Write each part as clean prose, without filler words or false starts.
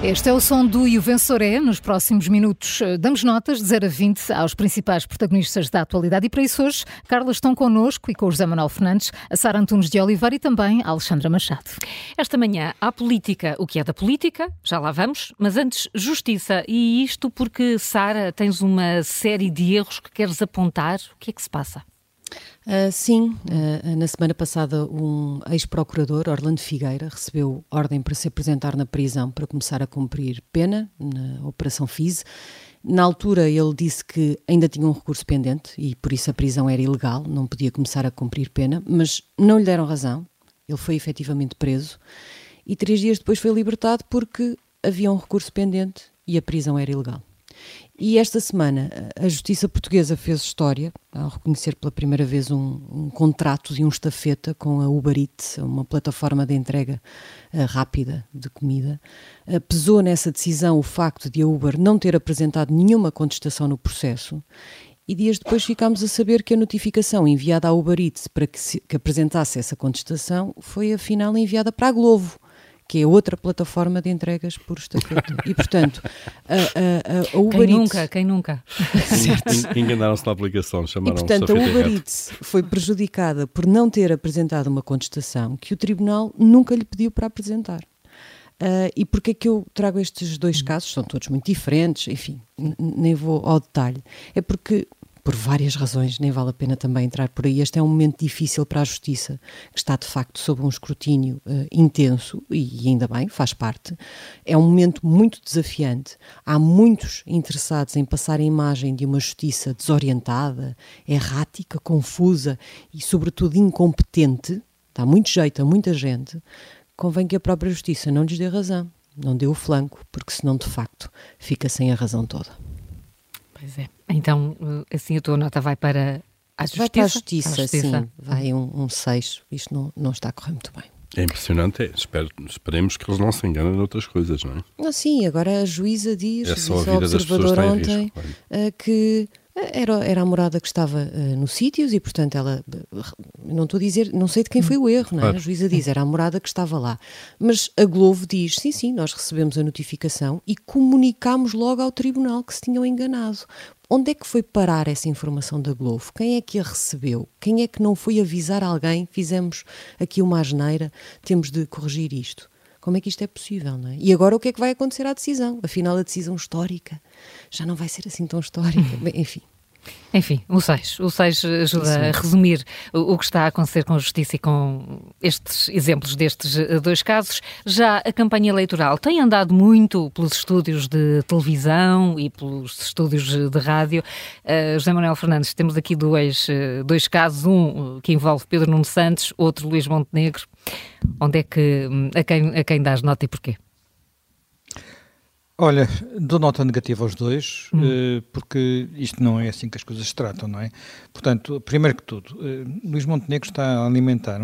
Este é o som do E o Vencedor é. Nos próximos minutos damos notas de 0 a 20 aos principais protagonistas da atualidade. E para isso hoje, Carla, estão connosco e com o José Manuel Fernandes, a Sara Antunes de Oliveira e também a Alexandra Machado. Esta manhã há política, o que é da política, já lá vamos, mas antes justiça. E isto porque, Sara, tens uma série de erros que queres apontar. O que é que se passa? Sim, na semana passada um ex-procurador, Orlando Figueira, recebeu ordem para se apresentar na prisão para começar a cumprir pena na Operação FISE. Na altura ele disse que ainda tinha um recurso pendente e por isso a prisão era ilegal, não podia começar a cumprir pena, mas não lhe deram razão, ele foi efetivamente preso e 3 dias depois foi libertado porque havia um recurso pendente e a prisão era ilegal. E esta semana a Justiça Portuguesa fez história ao reconhecer pela primeira vez um contrato de um estafeta com a Uber Eats, uma plataforma de entrega rápida de comida. Pesou nessa decisão o facto de a Uber não ter apresentado nenhuma contestação no processo e dias depois ficámos a saber que a notificação enviada à Uber Eats para que apresentasse essa contestação foi afinal enviada para a Glovo, que é outra plataforma de entregas por estafeta. E, portanto, a Uber Eats... Quem nunca? Certo. Enganaram-se na aplicação, chamaram. E, portanto, a Uber Eats foi prejudicada por não ter apresentado uma contestação que o Tribunal nunca lhe pediu para apresentar. E porquê é que eu trago estes dois casos? São todos muito diferentes, enfim, nem vou ao detalhe. É porque... por várias razões, nem vale a pena também entrar por aí. Este é um momento difícil para a Justiça, que está de facto sob um escrutínio intenso, e ainda bem, faz parte. É um momento muito desafiante. Há muitos interessados em passar a imagem de uma Justiça desorientada, errática, confusa e, sobretudo, incompetente. Dá muito jeito a muita gente. Convém que a própria Justiça não lhes dê razão, não dê o flanco, porque senão, de facto, fica sem a razão toda. Pois é. Então, assim a tua nota vai para a Justiça? Vai para a Justiça, sim. Vai um 6. Isto não está a correr muito bem. É impressionante. Esperemos que eles não se enganem noutras coisas, não é? Não, sim, agora a juíza diz, só a disse vida ao das pessoas Observador está em ontem, risco, claro. que era a morada que estava nos sítios e, portanto, ela, não estou a dizer, não sei de quem foi o erro, não é? Claro. A juíza diz, era a morada que estava lá. Mas a Glovo diz, sim, nós recebemos a notificação e comunicámos logo ao Tribunal que se tinham enganado. Onde é que foi parar essa informação da Glovo? Quem é que a recebeu? Quem é que não foi avisar alguém? Fizemos aqui uma asneira, temos de corrigir isto. Como é que isto é possível, não é? E agora o que é que vai acontecer à decisão? Afinal, a decisão histórica já não vai ser assim tão histórica. Bem, Enfim, o 6 ajuda a resumir o que está a acontecer com a Justiça e com estes exemplos destes dois casos. Já a campanha eleitoral tem andado muito pelos estúdios de televisão e pelos estúdios de rádio. José Manuel Fernandes, temos aqui dois casos, um que envolve Pedro Nuno Santos, outro Luís Montenegro. Onde é que, a quem dás nota e porquê? Olha, dou nota negativa aos dois, porque isto não é assim que as coisas se tratam, não é? Portanto, primeiro que tudo, Luís Montenegro está a alimentar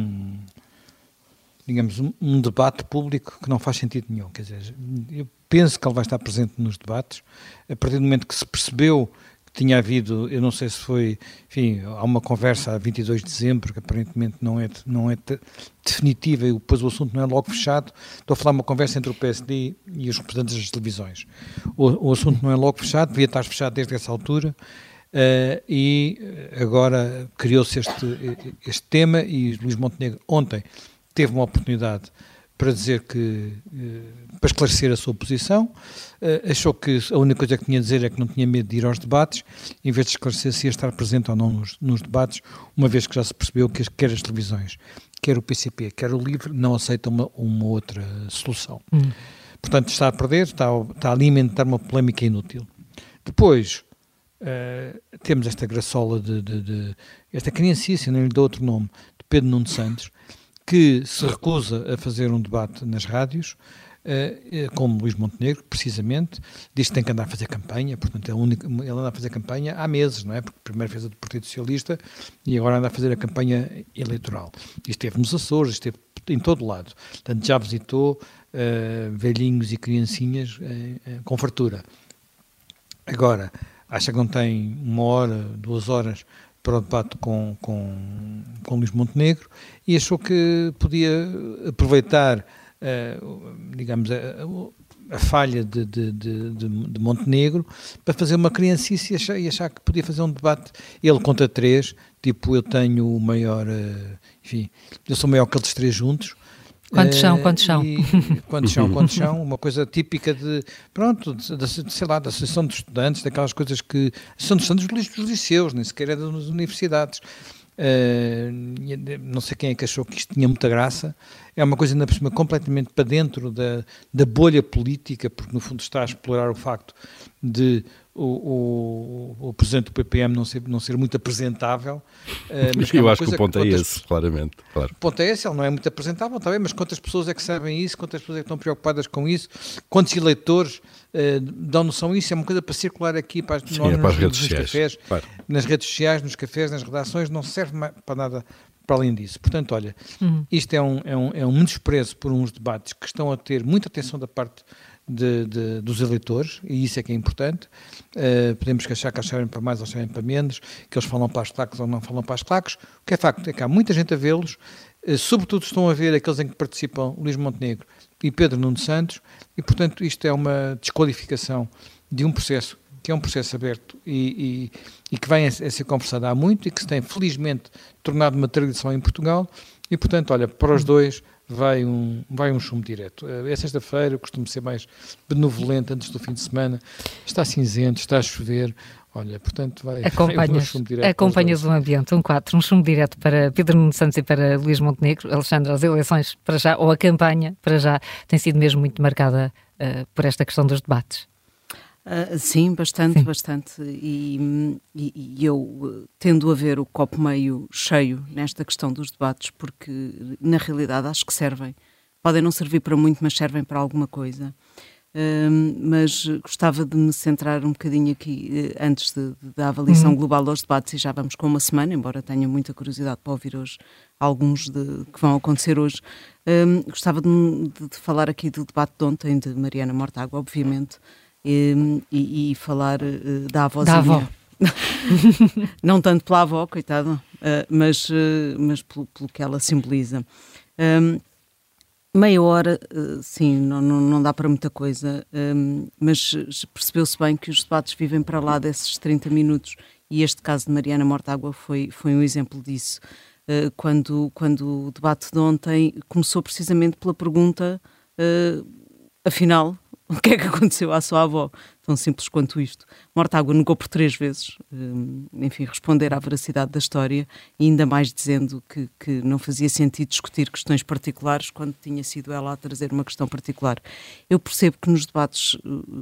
um debate público que não faz sentido nenhum. Quer dizer, eu penso que ele vai estar presente nos debates, a partir do momento que se percebeu que tinha havido, eu não sei se foi, enfim, há uma conversa a 22 de dezembro que aparentemente não é definitiva e depois o assunto não é logo fechado. Estou a falar de uma conversa entre o PSD e os representantes das televisões. O assunto não é logo fechado, devia estar fechado desde essa altura e agora criou-se este tema e Luís Montenegro ontem teve uma oportunidade para dizer para esclarecer a sua posição, achou que a única coisa que tinha a dizer é que não tinha medo de ir aos debates, em vez de esclarecer se ia estar presente ou não nos debates, uma vez que já se percebeu que quer as televisões, quer o PCP, quer o LIVRE, não aceitam uma outra solução. Portanto, está a perder, está a alimentar uma polémica inútil. Depois, temos esta graçola esta criancice, nem lhe dou outro nome, de Pedro Nuno Santos, que se recusa a fazer um debate nas rádios, como Luís Montenegro, precisamente, diz que tem que andar a fazer campanha, portanto ele anda a fazer campanha há meses, não é? Porque primeiro fez a do Partido Socialista e agora anda a fazer a campanha eleitoral. Esteve nos Açores, esteve em todo lado, portanto já visitou velhinhos e criancinhas com fartura. Agora, acha que não tem 1 hora, 2 horas para o debate com Luís Montenegro e achou que podia aproveitar, digamos, a falha de Montenegro para fazer uma criancice e achar que podia fazer um debate, ele contra três, tipo, eu tenho o maior, enfim, eu sou maior que eles três juntos. Quantos são? Quantos são? Uma coisa típica sei lá, da Associação de Estudantes, daquelas coisas que... A Associação de Estudantes dos liceus, nem sequer é das universidades. Não sei quem é que achou que isto tinha muita graça. É uma coisa, ainda por cima, completamente para dentro da bolha política, porque no fundo está a explorar o facto de o presidente do PPM não ser muito apresentável. Mas eu acho que o ponto é esse, claramente. Claro. O ponto é esse, ele não é muito apresentável, está bem, mas quantas pessoas é que sabem isso, quantas pessoas é que estão preocupadas com isso, quantos eleitores dão noção disso? É uma coisa para circular aqui para as redes sociais. Cafés, claro. Nas redes sociais, nos cafés, nas redações, não serve para nada para além disso. Portanto, olha, isto é um desprezo por uns debates que estão a ter muita atenção da parte dos eleitores, e isso é que é importante. Podemos achar que eles servem para mais ou servem para menos, que eles falam para as claques ou não falam para as claques. O que é facto é que há muita gente a vê-los, sobretudo estão a ver aqueles em que participam Luís Montenegro e Pedro Nuno Santos, e portanto isto é uma desqualificação de um processo que é um processo aberto e que vai a ser conversado há muito e que se tem felizmente tornado uma tradição em Portugal, e portanto, olha, para os dois vai um chumbo direto. É sexta-feira, costumo ser mais benevolente antes do fim de semana, está cinzento, está a chover, olha, portanto vai um chumbo direto. Acompanhas o ambiente, um chumbo direto para Pedro Nuno Santos e para Luís Montenegro. Alexandre, as eleições para já, ou a campanha para já, tem sido mesmo muito marcada por esta questão dos debates. Sim, bastante. E eu tendo a ver o copo meio cheio nesta questão dos debates, porque na realidade acho que servem. Podem não servir para muito, mas servem para alguma coisa. Mas gostava de me centrar um bocadinho aqui, antes da avaliação global aos debates, e já vamos com uma semana, embora tenha muita curiosidade para ouvir hoje alguns que vão acontecer hoje. Gostava de falar aqui do debate de ontem de Mariana Mortágua, obviamente, e falar da avózinha. Da avó. Não tanto pela avó, coitada, mas pelo que ela simboliza. Meia hora, sim, não dá para muita coisa, mas percebeu-se bem que os debates vivem para lá desses 30 minutos, e este caso de Mariana Mortágua foi um exemplo disso. Quando o debate de ontem começou precisamente pela pergunta, afinal, o que é que aconteceu à sua avó? Tão simples quanto isto. Mortágua negou por 3 vezes, enfim, responder à veracidade da história, e ainda mais dizendo que não fazia sentido discutir questões particulares quando tinha sido ela a trazer uma questão particular. Eu percebo que nos debates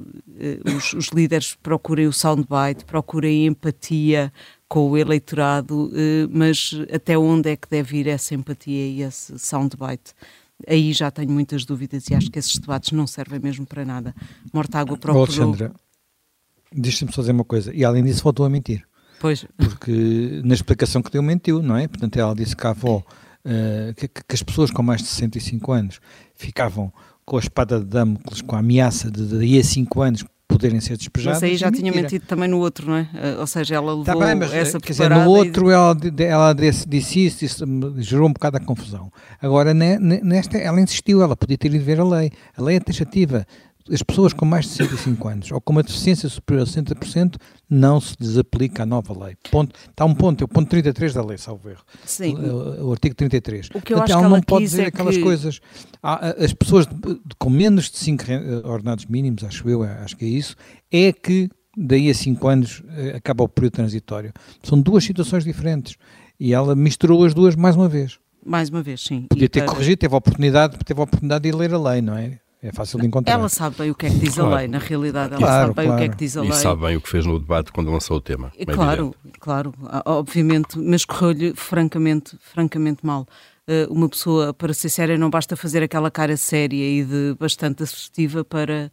os líderes procurem o soundbite, procurem empatia com o eleitorado, mas até onde é que deve ir essa empatia e esse soundbite? Aí já tenho muitas dúvidas e acho que esses debates não servem mesmo para nada. Mortágua procurou... Alexandra, deixa-me só dizer uma coisa, e além disso voltou a mentir. Pois. Porque na explicação que deu mentiu, não é? Portanto, ela disse que a avó, que as pessoas com mais de 65 anos ficavam com a espada de Damocles, com a ameaça de daí a 5 anos poderem ser despejadas. Mas aí já tinha mentido também no outro, não é? Ou seja, ela levou essa quer dizer, no outro ela disse isso, gerou um bocado a confusão. Agora, nesta, ela insistiu, ela podia ter ido ver a lei. A lei é taxativa. As pessoas com mais de 65 anos ou com uma deficiência superior a 60% não se desaplica a nova lei. Está um ponto, é o ponto 33 da lei, salvo erro. Sim. O artigo 33. O que eu acho ela que não ela pode quis dizer aquelas coisas. As pessoas com menos de 5 ordenados mínimos, acho que é isso, é que daí a 5 anos acaba o período transitório. São duas situações diferentes e ela misturou as duas mais uma vez. Mais uma vez, sim. Podia ter corrigido, teve a oportunidade de ler a lei, não é? É fácil de encontrar. Ela sabe bem o que é que diz a lei, na realidade. Ela sabe bem o que é que diz a lei. E sabe bem o que fez no debate quando lançou o tema. Claro, obviamente, mas correu-lhe francamente mal. Uma pessoa, para ser séria, não basta fazer aquela cara séria e de bastante assertiva para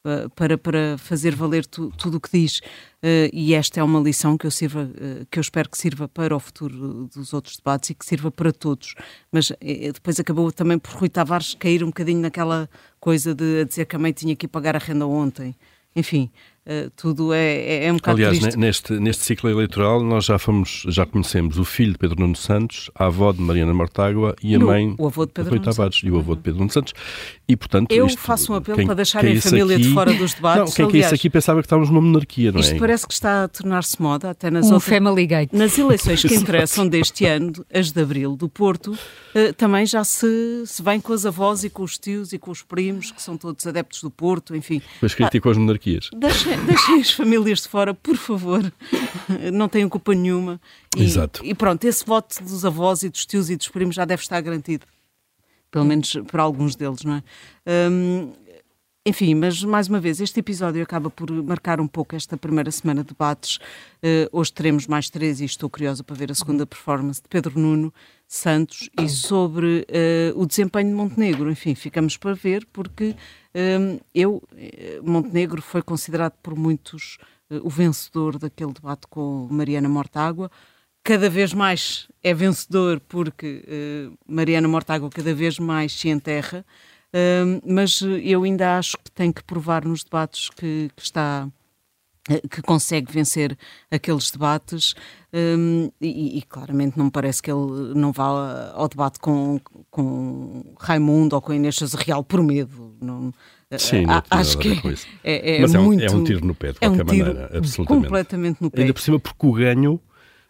fazer valer tudo o que diz. E esta é uma lição que eu espero que sirva para o futuro dos outros debates e que sirva para todos. Mas depois acabou também por Rui Tavares cair um bocadinho naquela coisa de dizer que a mãe tinha que ir pagar a renda ontem. Enfim, tudo é um bocado Aliás, triste. neste ciclo eleitoral nós já conhecemos o filho de Pedro Nuno Santos, a avó de Mariana Mortágua e a mãe o avô de Pedro Rui Nuno Tavares Santos. E o avô de Pedro Nuno Santos. E, portanto, Eu faço um apelo para deixarem a família de fora dos debates. Não, quem Aliás, isso aqui pensava que estávamos numa monarquia, não é? Isto parece que está a tornar-se moda, até nas Family Gate. Nas eleições que interessam deste ano, as de Abril, do Porto, também já se vem com as avós e com os tios e com os primos, que são todos adeptos do Porto, enfim. Depois criticam as monarquias. Deixem as famílias de fora, por favor. Não têm culpa nenhuma. Exato. E pronto, esse voto dos avós e dos tios e dos primos já deve estar garantido. Pelo menos para alguns deles, não é? Enfim, mas mais uma vez, este episódio acaba por marcar um pouco esta primeira semana de debates. Hoje teremos mais 3 e estou curiosa para ver a segunda performance de Pedro Nuno Santos e sobre o desempenho de Montenegro. Enfim, ficamos para ver porque Montenegro foi considerado por muitos o vencedor daquele debate com Mariana Mortágua. Cada vez mais é vencedor porque Mariana Mortágua cada vez mais se enterra. Mas eu ainda acho que tem que provar nos debates que consegue vencer aqueles debates e claramente não me parece que ele não vá ao debate com Raimundo ou com Inês Sousa Real por medo. Não, sim, não acho que mas muito, é um tiro no pé, de qualquer maneira, absolutamente. Completamente no pé. Ainda por cima, porque o ganho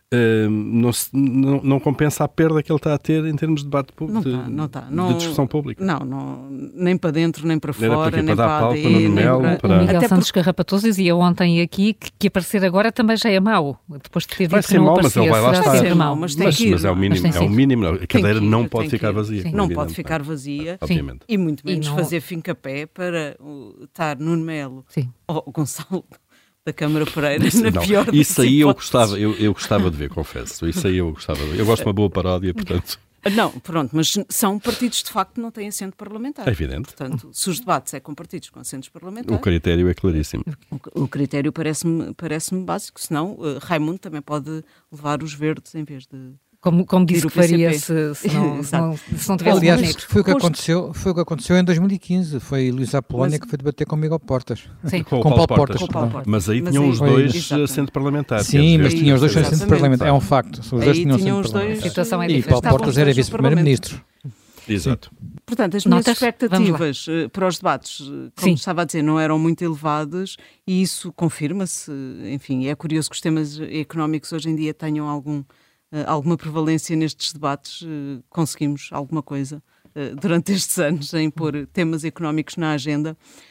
não compensa a perda que ele está a ter em termos de debate público, de discussão pública. Não, nem para dentro, nem para fora, nem para dar para a palco no Melo. O Miguel Santos Carrapatoso dizia ontem aqui que aparecer agora também já é mau. Depois de ter vai dito ser que não mau, aparecia, mas ele vai lá estar. Vai ser mau. Mas tem que ir, mas é o mínimo. A cadeira não pode ficar vazia. Não pode ficar vazia. Obviamente. E muito menos fazer fim-capé para estar Nuno Melo ou Gonçalo da Câmara Pereira, na pior das isso aí eu hipóteses. gostava de ver, confesso. Isso aí eu gostava de ver. Eu gosto de uma boa paródia, portanto... Não, pronto, mas são partidos de facto que não têm assento parlamentar. É evidente. Portanto, se os debates é com partidos com assentos parlamentares... O critério é claríssimo. O critério parece-me básico, senão Raimundo também pode levar os verdes em vez de... Como disse que faria se não tivesse. Aliás, foi o que aconteceu em 2015. Foi Luísa Apolónia que foi debater com Miguel Portas. Sim. Com Paulo Portas. Mas aí tinham os dois assento parlamentar. Sim, mas tinham os dois assento parlamentar. É um facto. Os dois tinham os dois. A situação é diferente. diferente. E Paulo Portas era vice-primeiro-ministro. Exato. Portanto, as minhas expectativas para os debates, como estava a dizer, não eram muito elevadas e isso confirma-se. Enfim, é curioso que os temas económicos hoje em dia tenham alguma prevalência nestes debates. Conseguimos alguma coisa durante estes anos em pôr temas económicos na agenda.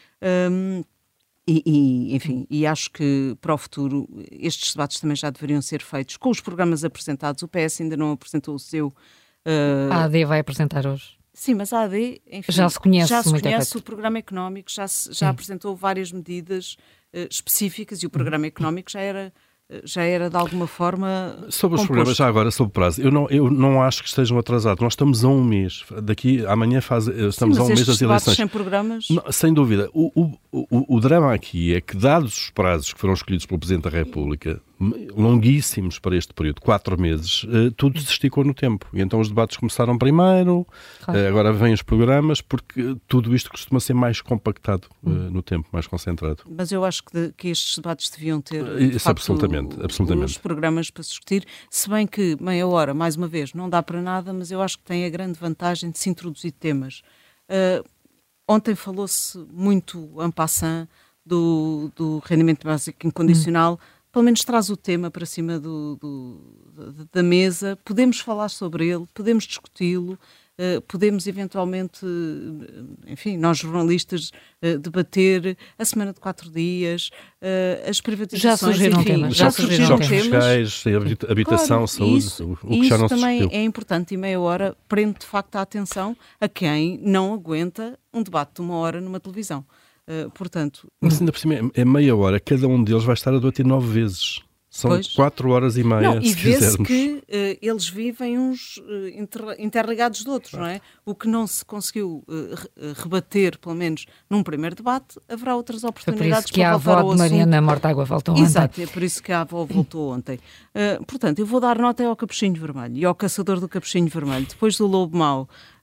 Enfim, acho que para o futuro estes debates também já deveriam ser feitos com os programas apresentados. O PS ainda não apresentou o seu. A AD vai apresentar hoje. Sim, mas a AD, enfim, já se conhece o programa económico, já apresentou várias medidas específicas e o programa económico já era de alguma forma sobre os programas, já agora, sobre o prazo, eu não acho que estejam atrasados. Nós estamos a um mês, amanhã estamos a um mês das eleições. Sem programas? Não, sem dúvida. O drama aqui é que, dados os prazos que foram escolhidos pelo Presidente da República, longuíssimos para este período, 4 meses, tudo se esticou no tempo. E então os debates começaram primeiro, agora vêm os programas, porque tudo isto costuma ser mais compactado no tempo, mais concentrado. Mas eu acho que estes debates deviam ter absolutamente. Os programas para discutir, se bem que meia hora, mais uma vez, não dá para nada, mas eu acho que tem a grande vantagem de se introduzir temas. Ontem falou-se muito en passant do rendimento básico incondicional. Pelo menos traz o tema para cima da mesa, podemos falar sobre ele, podemos discuti-lo, podemos eventualmente, enfim, nós jornalistas, debater a semana de 4 dias, as privatizações, já surgiram temas. Choques fiscais, habitação, claro, saúde, o que já não se discutiu. Isso também é importante e meia hora prende de facto a atenção a quem não aguenta um debate de 1 hora numa televisão. Portanto... Mas ainda por cima é meia hora, cada um deles vai estar a debater 9 vezes. São 4 horas e meia, não, e vê-se que eles vivem uns interligados de outros, não é? O que não se conseguiu rebater, pelo menos num primeiro debate, haverá outras oportunidades para voltar ao assunto. É por isso que a avó de Mariana Mortágua voltou ontem. Exato, é por isso que a avó voltou ontem. Portanto, eu vou dar nota ao Capuchinho Vermelho e ao Caçador do Capuchinho Vermelho. Depois do Lobo Mau,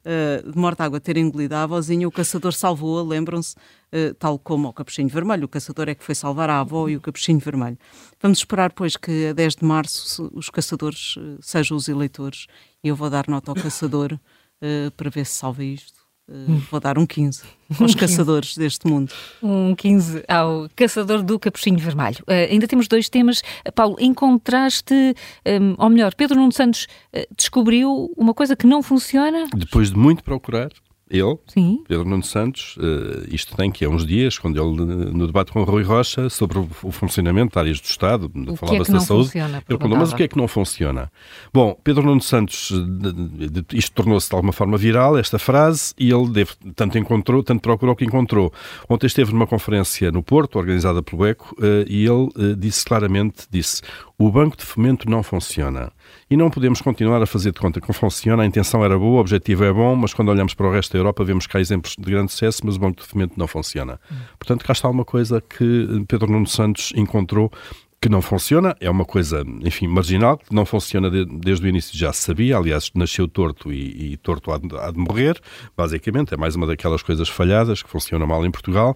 de Mortágua ter engolido a avózinha, o caçador salvou-a, lembram-se, tal como o Capuchinho Vermelho. O caçador é que foi salvar a avó e o Capuchinho Vermelho. Vamos esperar, pois, que a 10 de março os caçadores sejam os eleitores, e eu vou dar nota ao caçador para ver se salva isto. Vou dar um 15 aos caçadores deste mundo. Um 15 ao caçador do Capuchinho Vermelho. Ainda temos 2 temas. Paulo, encontraste, ou melhor, Pedro Nuno Santos descobriu uma coisa que não funciona? Depois de muito procurar, ele, Sim. Pedro Nuno Santos, isto tem que há uns dias, quando ele, no debate com o Rui Rocha, sobre o funcionamento de áreas do Estado, falava-se da saúde, ele perguntou, mas o que é que não funciona? Bom, Pedro Nuno Santos, isto tornou-se de alguma forma viral, esta frase, e ele tanto procurou que encontrou. Ontem esteve numa conferência no Porto, organizada pelo ECO, e ele disse claramente, o Banco de Fomento não funciona. E não podemos continuar a fazer de conta que não funciona, a intenção era boa, o objetivo é bom, mas quando olhamos para o resto da Europa vemos que há exemplos de grande sucesso, mas o Banco de Fomento não funciona. Portanto, cá está uma coisa que Pedro Nuno Santos encontrou que não funciona, é uma coisa, enfim, marginal, que não funciona desde o início, já se sabia, aliás, nasceu torto e torto há de morrer, basicamente, é mais uma daquelas coisas falhadas que funciona mal em Portugal,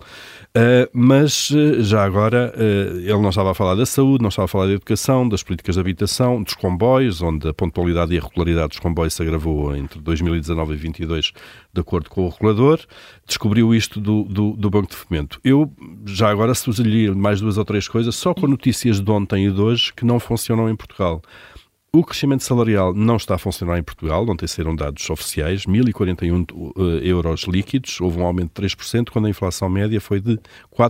mas já agora ele não estava a falar da saúde, não estava a falar da educação, das políticas de habitação, dos comboios, onde a pontualidade e a regularidade dos comboios se agravou entre 2019 e 2022, de acordo com o regulador, descobriu isto do Banco de Fomento. Eu, já agora, sugeri mais 2 ou 3 coisas, só com notícias de ontem e de hoje, que não funcionam em Portugal. O crescimento salarial não está a funcionar em Portugal, ontem saíram dados oficiais, 1.041 euros líquidos, houve um aumento de 3%, quando a inflação média foi de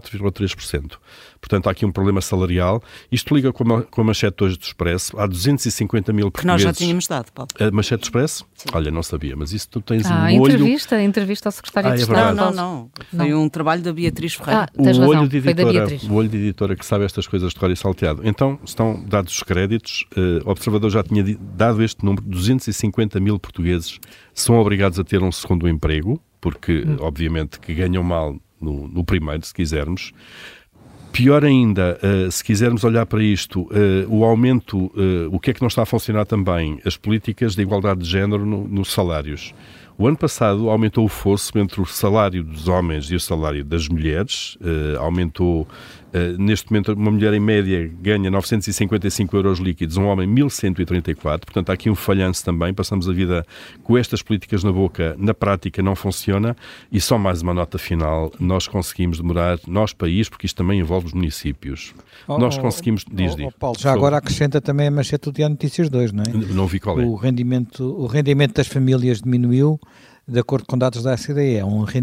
4,3%. Portanto, há aqui um problema salarial. Isto liga com a manchete hoje do Expresso. Há 250 mil portugueses... Que nós já tínhamos dado, Paulo. A manchete do Expresso? Sim. Olha, não sabia, mas isso tu tens um olho... Entrevista ao secretário de Estado. Não. Foi um trabalho da Beatriz Ferreira. Tens razão, o olho de editora que sabe estas coisas de cor e salteado. Então, estão dados os créditos. O Observador já tinha dado este número. 250 mil portugueses são obrigados a ter um segundo emprego, porque, obviamente, que ganham mal no primeiro, se quisermos. Pior ainda, se quisermos olhar para isto, o aumento, o que é que não está a funcionar também? As políticas de igualdade de género nos salários. O ano passado aumentou o fosso entre o salário dos homens e o salário das mulheres, aumentou, neste momento uma mulher em média ganha 955 euros líquidos, um homem 1.134, portanto há aqui um falhanço também, passamos a vida com estas políticas na boca, na prática não funciona, e só mais uma nota final, nós conseguimos demorar, nós país, porque isto também envolve os municípios, nós conseguimos, diz. Paulo, já agora acrescenta também a manchete do Diário Notícias 2, não é? Não vi qual é. O rendimento das famílias diminuiu, de acordo com dados da OCDE,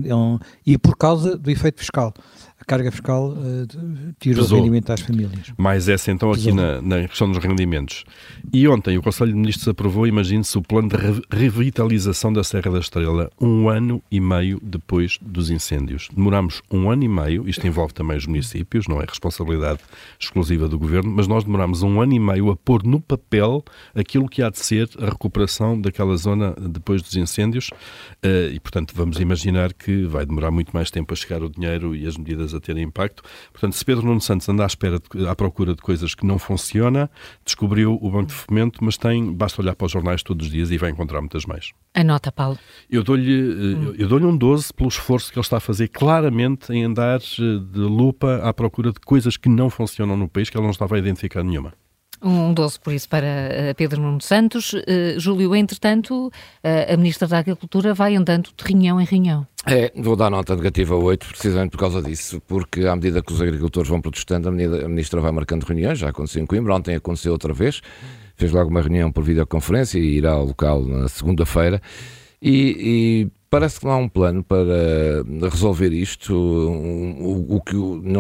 e por causa do efeito fiscal. A carga fiscal tirou o rendimento às famílias. Mais essa então aqui na questão dos rendimentos. E ontem o Conselho de Ministros aprovou, imagine-se, o plano de revitalização da Serra da Estrela, 1 ano e meio depois dos incêndios. Demorámos 1 ano e meio, isto envolve também os municípios, não é responsabilidade exclusiva do Governo, mas nós demorámos 1 ano e meio a pôr no papel aquilo que há de ser a recuperação daquela zona depois dos incêndios, e portanto vamos imaginar que vai demorar muito mais tempo a chegar o dinheiro e as medidas a terem impacto. Portanto, se Pedro Nuno Santos anda à procura de coisas que não funcionam, descobriu o Banco de Fomento, mas basta olhar para os jornais todos os dias e vai encontrar muitas mais. Anota, Paulo. Eu dou-lhe um 12 pelo esforço que ele está a fazer claramente em andar de lupa à procura de coisas que não funcionam no país, que ele não estava a identificar nenhuma. Um 12 por isso para Pedro Nuno Santos. Júlio, entretanto, a Ministra da Agricultura vai andando de reunião em reunião. Vou dar nota negativa a 8, precisamente por causa disso, porque à medida que os agricultores vão protestando, a Ministra vai marcando reuniões, já aconteceu em Coimbra, ontem aconteceu outra vez, fez logo uma reunião por videoconferência e irá ao local na segunda-feira, e parece que não há um plano para resolver isto, o que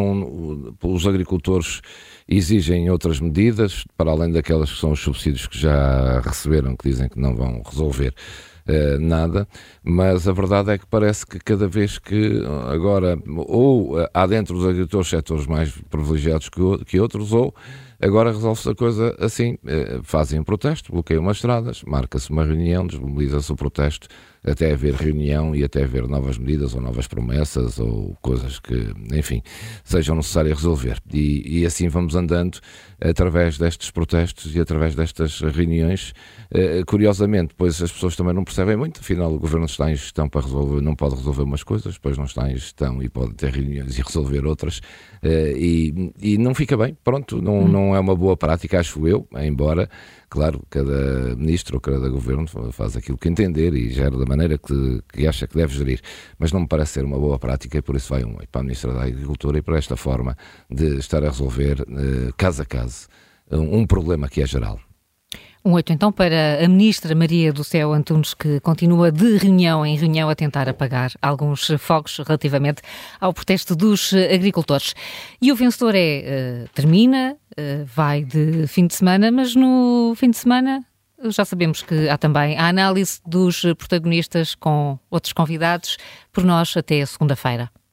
os agricultores exigem outras medidas, para além daquelas que são os subsídios que já receberam, que dizem que não vão resolver nada, mas a verdade é que parece que cada vez que agora, ou há dentro dos agricultores setores mais privilegiados que outros, ou Agora resolve-se a coisa assim, fazem um protesto, bloqueiam umas estradas, marca-se uma reunião, desmobiliza-se o protesto, até haver reunião e até haver novas medidas ou novas promessas ou coisas que, enfim, sejam necessárias resolver. E assim vamos andando através destes protestos e através destas reuniões. Curiosamente, depois as pessoas também não percebem muito, afinal o Governo está em gestão para resolver, não pode resolver umas coisas, depois não está em gestão e pode ter reuniões e resolver outras, e não fica bem, pronto, não é uma boa prática, acho eu, embora, claro, cada ministro ou cada governo faz aquilo que entender e gera da maneira que acha que deve gerir, mas não me parece ser uma boa prática e por isso vai um oi para a Ministra da Agricultura e para esta forma de estar a resolver caso a caso um problema que é geral. Um 8 então para a Ministra Maria do Céu Antunes, que continua de reunião em reunião a tentar apagar alguns fogos relativamente ao protesto dos agricultores. E o vencedor termina, vai de fim de semana, mas no fim de semana já sabemos que há também a análise dos protagonistas com outros convidados, por nós até segunda-feira.